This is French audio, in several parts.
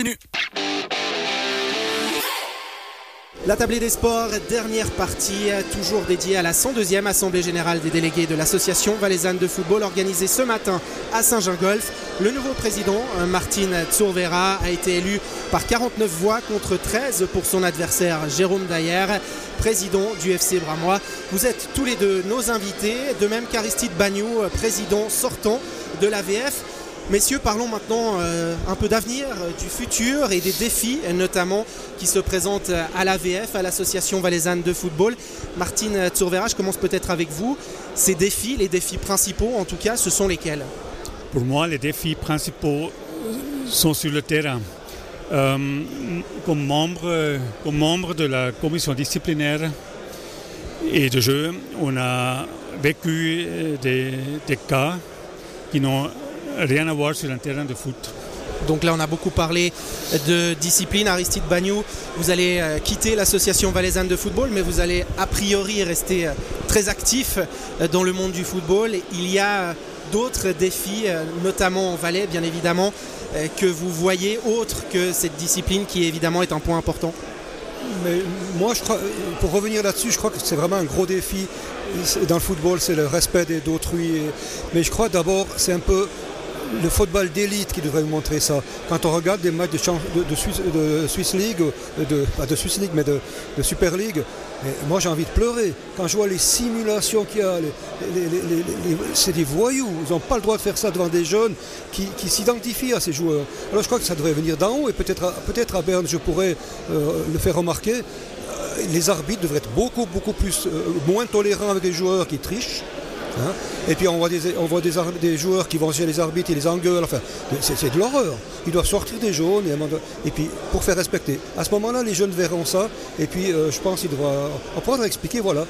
La tablée des sports, dernière partie, toujours dédiée à la 102e Assemblée Générale des délégués de l'Association valaisanne de football organisée ce matin à Saint-Gingolph. Le nouveau président, Martin Zurvera, a été élu par 49 voix contre 13 pour son adversaire Jérôme Dayer, président du FC Bramois. Vous êtes tous les deux nos invités, de même qu'Aristide Bagnou, président sortant de l'AVF. Messieurs, parlons maintenant un peu d'avenir, du futur et des défis notamment qui se présentent à l'AVF, à l'Association valaisanne de football. Martin Zurvera, je commence peut-être avec vous. Ces défis, les défis principaux en tout cas, ce sont lesquels ? Pour moi, les défis principaux sont sur le terrain. Comme membre de la commission disciplinaire et de jeu, on a vécu des cas qui n'ont rien à voir sur un terrain de foot. Donc là, on a beaucoup parlé de discipline. Aristide Bagnou, vous allez quitter l'association valaisanne de football, mais vous allez a priori rester très actif dans le monde du football. Il y a d'autres défis, notamment en Valais, bien évidemment, que vous voyez autres que cette discipline qui, évidemment, est un point important. Mais moi, je crois, pour revenir là-dessus, je crois que c'est vraiment un gros défi. Dans le football, c'est le respect d'autrui. Mais je crois d'abord, c'est un peu le football d'élite qui devrait nous montrer ça. Quand on regarde des matchs de Swiss League, pas de Swiss League, mais de Super League, moi j'ai envie de pleurer. Quand je vois les simulations qu'il y a, c'est des voyous. Ils n'ont pas le droit de faire ça devant des jeunes qui s'identifient à ces joueurs. Alors je crois que ça devrait venir d'en haut et peut-être à Berne, je pourrais le faire remarquer. Les arbitres devraient être beaucoup moins tolérants avec les joueurs qui trichent. Hein, et puis on voit des joueurs qui vont chez les arbitres et les engueulent. Enfin, c'est de l'horreur. Ils doivent sortir des jaunes et puis pour faire respecter. À ce moment-là, les jeunes verront ça. Et puis je pense qu'il devra apprendre à expliquer. Voilà.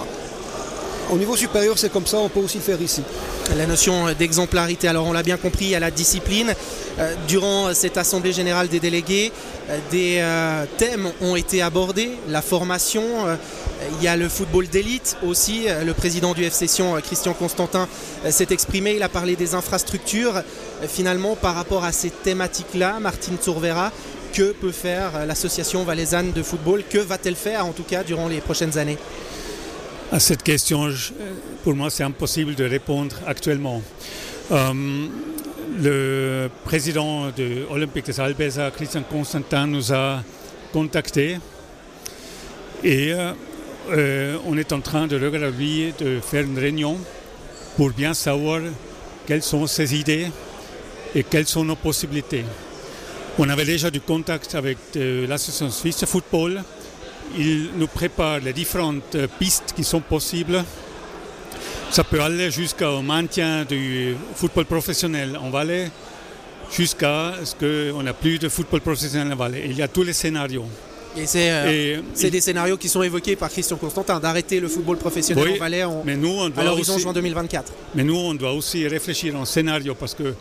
Au niveau supérieur, c'est comme ça. On peut aussi le faire ici. La notion d'exemplarité. Alors on l'a bien compris, il y a la discipline. Durant cette assemblée générale des délégués, des thèmes ont été abordés. La formation. Il y a le football d'élite aussi. Le président du FC Sion, Christian Constantin, s'est exprimé. Il a parlé des infrastructures. Finalement, par rapport à ces thématiques-là, Martin Zurvera, que peut faire l'association valaisanne de football ? Que va-t-elle faire, en tout cas, durant les prochaines années ? À cette question, pour moi, c'est impossible de répondre actuellement. Le président de l'Olympique de Salbesa, Christian Constantin, nous a contactés et on est en train de regarder, de faire une réunion pour bien savoir quelles sont ses idées et quelles sont nos possibilités. On avait déjà du contact avec l'association suisse de football. Il nous prépare les différentes pistes qui sont possibles. Ça peut aller jusqu'au maintien du football professionnel en Valais, jusqu'à ce qu'on n'a plus de football professionnel en Valais. Il y a tous les scénarios. Et c'est des scénarios qui sont évoqués par Christian Constantin, d'arrêter le football professionnel en Valais à l'horizon juin 2024. Mais nous, on doit aussi réfléchir en scénario parce que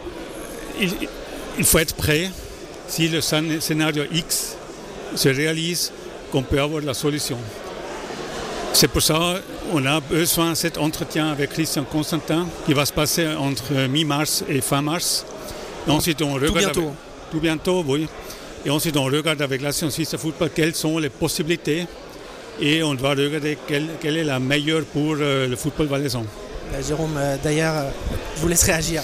il faut être prêt, si le scénario X se réalise, qu'on peut avoir la solution. C'est pour ça qu'on a besoin de cet entretien avec Christian Constantin qui va se passer entre mi-mars et fin mars. Et ensuite, on regarde tout bientôt, oui. Et ensuite, on regarde avec l'Association suisse de football quelles sont les possibilités et on doit regarder quelle est la meilleure pour le football valaisan. Jérôme, d'ailleurs, je vous laisse réagir.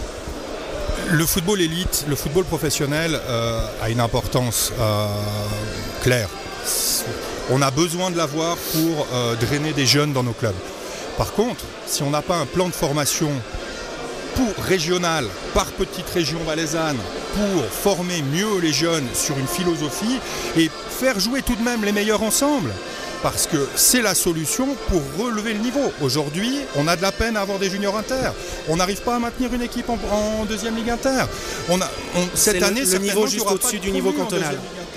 Le football élite, le football professionnel a une importance claire. On a besoin de l'avoir pour drainer des jeunes dans nos clubs. Par contre, si on n'a pas un plan de formation régional, par petite région valaisanne, pour former mieux les jeunes sur une philosophie et faire jouer tout de même les meilleurs ensemble, parce que c'est la solution pour relever le niveau. Aujourd'hui, on a de la peine à avoir des juniors inter. On n'arrive pas à maintenir une équipe en deuxième ligue inter. Cette année, le niveau juste au-dessus du niveau cantonal.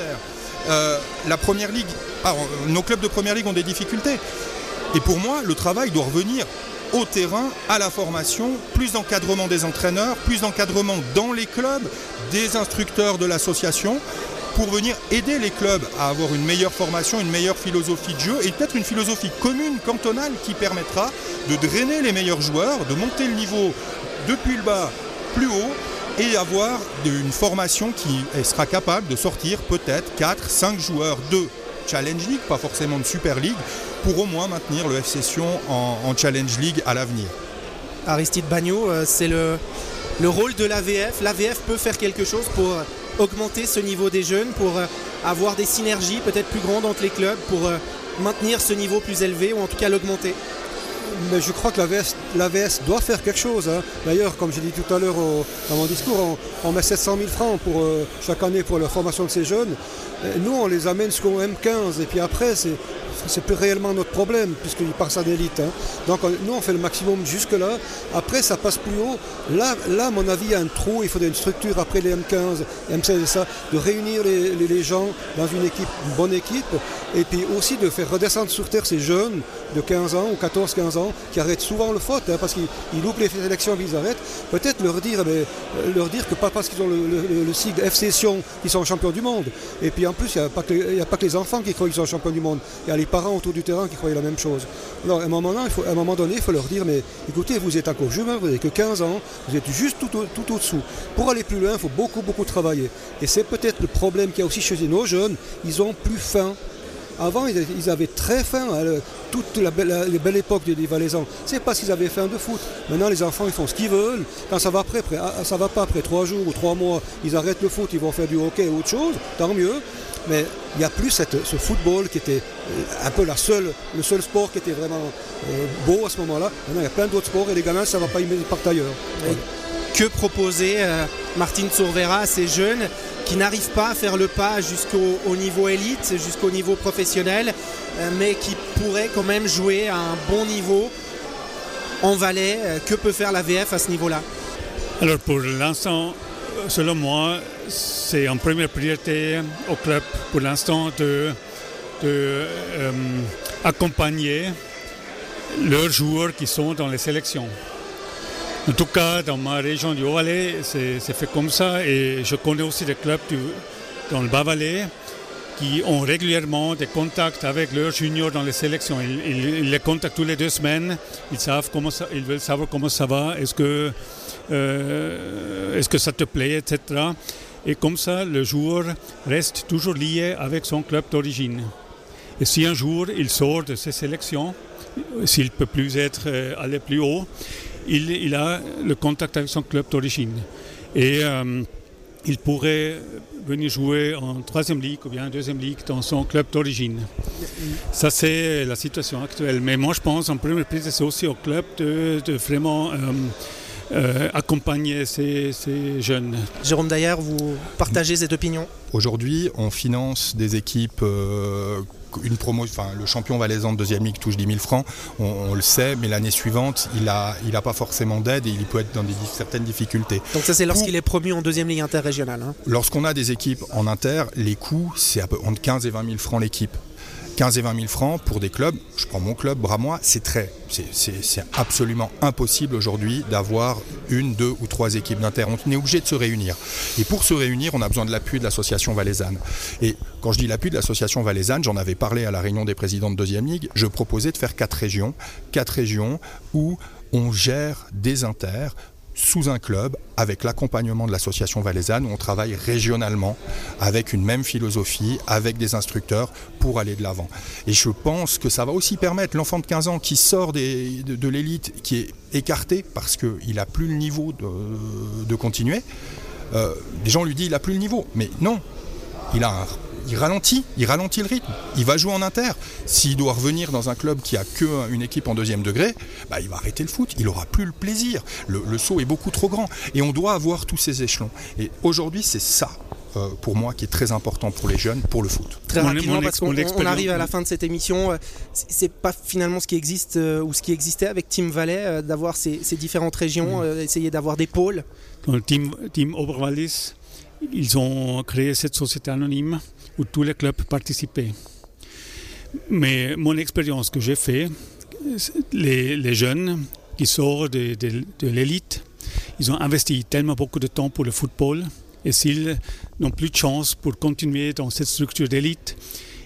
La première ligue, nos clubs de première ligue ont des difficultés. Et pour moi, le travail doit revenir au terrain, à la formation, plus d'encadrement des entraîneurs, plus d'encadrement dans les clubs, des instructeurs de l'association, pour venir aider les clubs à avoir une meilleure formation, une meilleure philosophie de jeu et peut-être une philosophie commune, cantonale, qui permettra de drainer les meilleurs joueurs, de monter le niveau depuis le bas plus haut et avoir une formation qui sera capable de sortir peut-être 4-5 joueurs de Challenge League, pas forcément de Super League, pour au moins maintenir le FC Sion en Challenge League à l'avenir. Aristide Bagnaud, c'est le rôle de l'AVF. L'AVF peut faire quelque chose pour augmenter ce niveau des jeunes, pour avoir des synergies peut-être plus grandes entre les clubs, pour maintenir ce niveau plus élevé ou en tout cas l'augmenter. Mais je crois que l'AVS doit faire quelque chose. Hein. D'ailleurs, comme j'ai dit tout à l'heure dans mon discours, on met 700 000 francs chaque année pour la formation de ces jeunes. Et nous, on les amène jusqu'au M15. Et puis après, c'est plus réellement notre problème, puisqu'ils passent à l'élite. Hein. Donc nous, on fait le maximum jusque-là. Après, ça passe plus haut. Là, à mon avis, il y a un trou. Il faudrait une structure après les M15, M16 et ça, de réunir les gens dans une bonne équipe. Et puis aussi de faire redescendre sur terre ces jeunes de 15 ans ou 14-15 ans qui arrêtent souvent le foot, hein, parce qu'ils loupent les sélections et ils arrêtent. Peut-être leur dire que pas parce qu'ils ont le sigle FC Sion qu'ils sont champions du monde. Et puis en plus, il n'y a pas que les enfants qui croient qu'ils sont champions du monde. Il y a les parents autour du terrain qui croient la même chose. Alors à un moment donné, il faut leur dire, mais écoutez, vous êtes encore jeune, vous n'avez que 15 ans, vous êtes juste tout au-dessous. Pour aller plus loin, il faut beaucoup, beaucoup travailler. Et c'est peut-être le problème qu'il y a aussi chez nos jeunes, ils ont plus faim. Avant, ils avaient très faim, toute la belle époque des Valaisans. C'est parce qu'ils avaient faim de foot. Maintenant, les enfants, ils font ce qu'ils veulent. Quand ça va ça va pas après 3 jours ou 3 mois, ils arrêtent le foot, ils vont faire du hockey ou autre chose, tant mieux. Mais il n'y a plus ce football qui était un peu le seul sport qui était vraiment beau à ce moment-là. Maintenant, il y a plein d'autres sports et les gamins, ça ne va pas, ils partent ailleurs. Ouais. Que proposer Martin Zurvera à ces jeunes qui n'arrivent pas à faire le pas jusqu'au niveau élite, jusqu'au niveau professionnel, mais qui pourraient quand même jouer à un bon niveau en Valais? Que peut faire la VF à ce niveau-là? Alors pour l'instant, selon moi, c'est en première priorité au club pour l'instant de accompagner leurs joueurs qui sont dans les sélections. En tout cas, dans ma région du Haut-Valais, c'est fait comme ça. Et je connais aussi des clubs dans le Bas-Valais qui ont régulièrement des contacts avec leurs juniors dans les sélections. Ils les contactent tous les 2 semaines. Ils veulent savoir comment ça va. Est-ce que ça te plaît, etc. Et comme ça, le joueur reste toujours lié avec son club d'origine. Et si un jour il sort de ces sélections, s'il ne peut plus aller plus haut, il a le contact avec son club d'origine. Et il pourrait venir jouer en 3e ligue ou bien en 2e ligue dans son club d'origine. Ça, c'est la situation actuelle. Mais moi, je pense en première prise, c'est aussi au club de vraiment accompagner ces jeunes. Jérôme Dayer, vous partagez cette opinion? Aujourd'hui, on finance des équipes... le champion valaisan de 2e ligue touche 10 000 francs, on le sait, mais l'année suivante, il a pas forcément d'aide et il peut être dans certaines difficultés. Donc ça, c'est lorsqu'il est promu en 2e ligue interrégionale. Hein. Lorsqu'on a des équipes en inter, les coûts, c'est entre 15 et 20 000 francs l'équipe. 15 et 20 000 francs pour des clubs, je prends mon club, Bramois, c'est absolument impossible aujourd'hui d'avoir 1, 2 ou 3 équipes d'inter. On est obligé de se réunir. Et pour se réunir, on a besoin de l'appui de l'association valaisanne. Et quand je dis l'appui de l'association valaisanne, j'en avais parlé à la réunion des présidents de 2e ligue, je proposais de faire 4 régions où on gère des inters sous un club, avec l'accompagnement de l'association valaisanne, où on travaille régionalement, avec une même philosophie, avec des instructeurs, pour aller de l'avant. Et je pense que ça va aussi permettre l'enfant de 15 ans qui sort de l'élite, qui est écarté parce qu'il n'a plus le niveau de continuer. Les gens lui disent qu'il n'a plus le niveau, mais non, il ralentit le rythme, il va jouer en inter. S'il doit revenir dans un club qui a qu'une équipe en 2e degré, il va arrêter le foot, il n'aura plus le plaisir. Le saut est beaucoup trop grand et on doit avoir tous ces échelons. Et aujourd'hui, c'est ça, pour moi, qui est très important pour les jeunes, pour le foot. Très rapidement, parce qu'on arrive à la fin de cette émission, c'est pas finalement ce qui existe ou ce qui existait avec Team Valais, d'avoir ces différentes régions, essayer d'avoir des pôles. Dans le Team Oberwallis, ils ont créé cette société anonyme où tous les clubs participaient. Mais mon expérience que j'ai faite, les jeunes qui sortent de l'élite, ils ont investi tellement beaucoup de temps pour le football, et s'ils n'ont plus de chance pour continuer dans cette structure d'élite,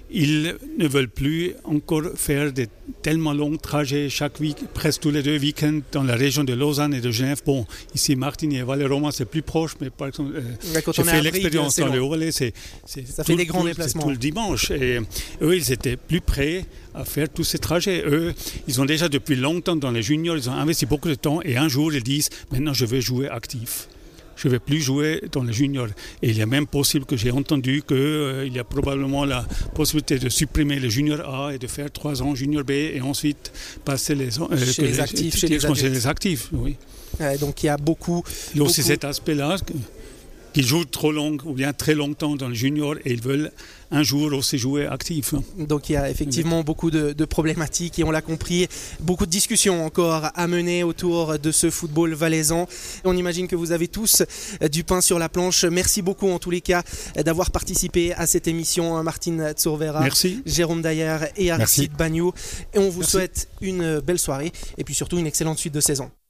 ils ne veulent plus encore faire des tellement longs trajets presque tous les 2 week-ends dans la région de Lausanne et de Genève. Bon, ici, Martigny et Valais-Romain, c'est plus proche, mais par exemple, j'ai fait l'expérience dans le Haut-Valais, ça fait des grands déplacements. C'est tout le dimanche. Et eux, ils étaient plus prêts à faire tous ces trajets. Eux, ils ont déjà depuis longtemps dans les juniors, ils ont investi beaucoup de temps et un jour, ils disent, maintenant, je vais jouer actif. Je ne vais plus jouer dans les juniors. Et il est même possible que j'ai entendu qu'il y a probablement la possibilité de supprimer les juniors A et de faire 3 ans junior B et ensuite passer les actifs, chez les actifs. Oui. Donc il y a beaucoup... Il y a aussi cet aspect-là, qu'ils jouent trop long ou bien très longtemps dans les juniors et ils veulent un jour aussi jouer actif. Donc il y a effectivement beaucoup de problématiques et on l'a compris, beaucoup de discussions encore à mener autour de ce football valaisan. On imagine que vous avez tous du pain sur la planche. Merci beaucoup en tous les cas d'avoir participé à cette émission, Martin Zurvera, merci. Jérôme Dayer et Aristide Bagnou. Et on vous souhaite une belle soirée et puis surtout une excellente suite de saison.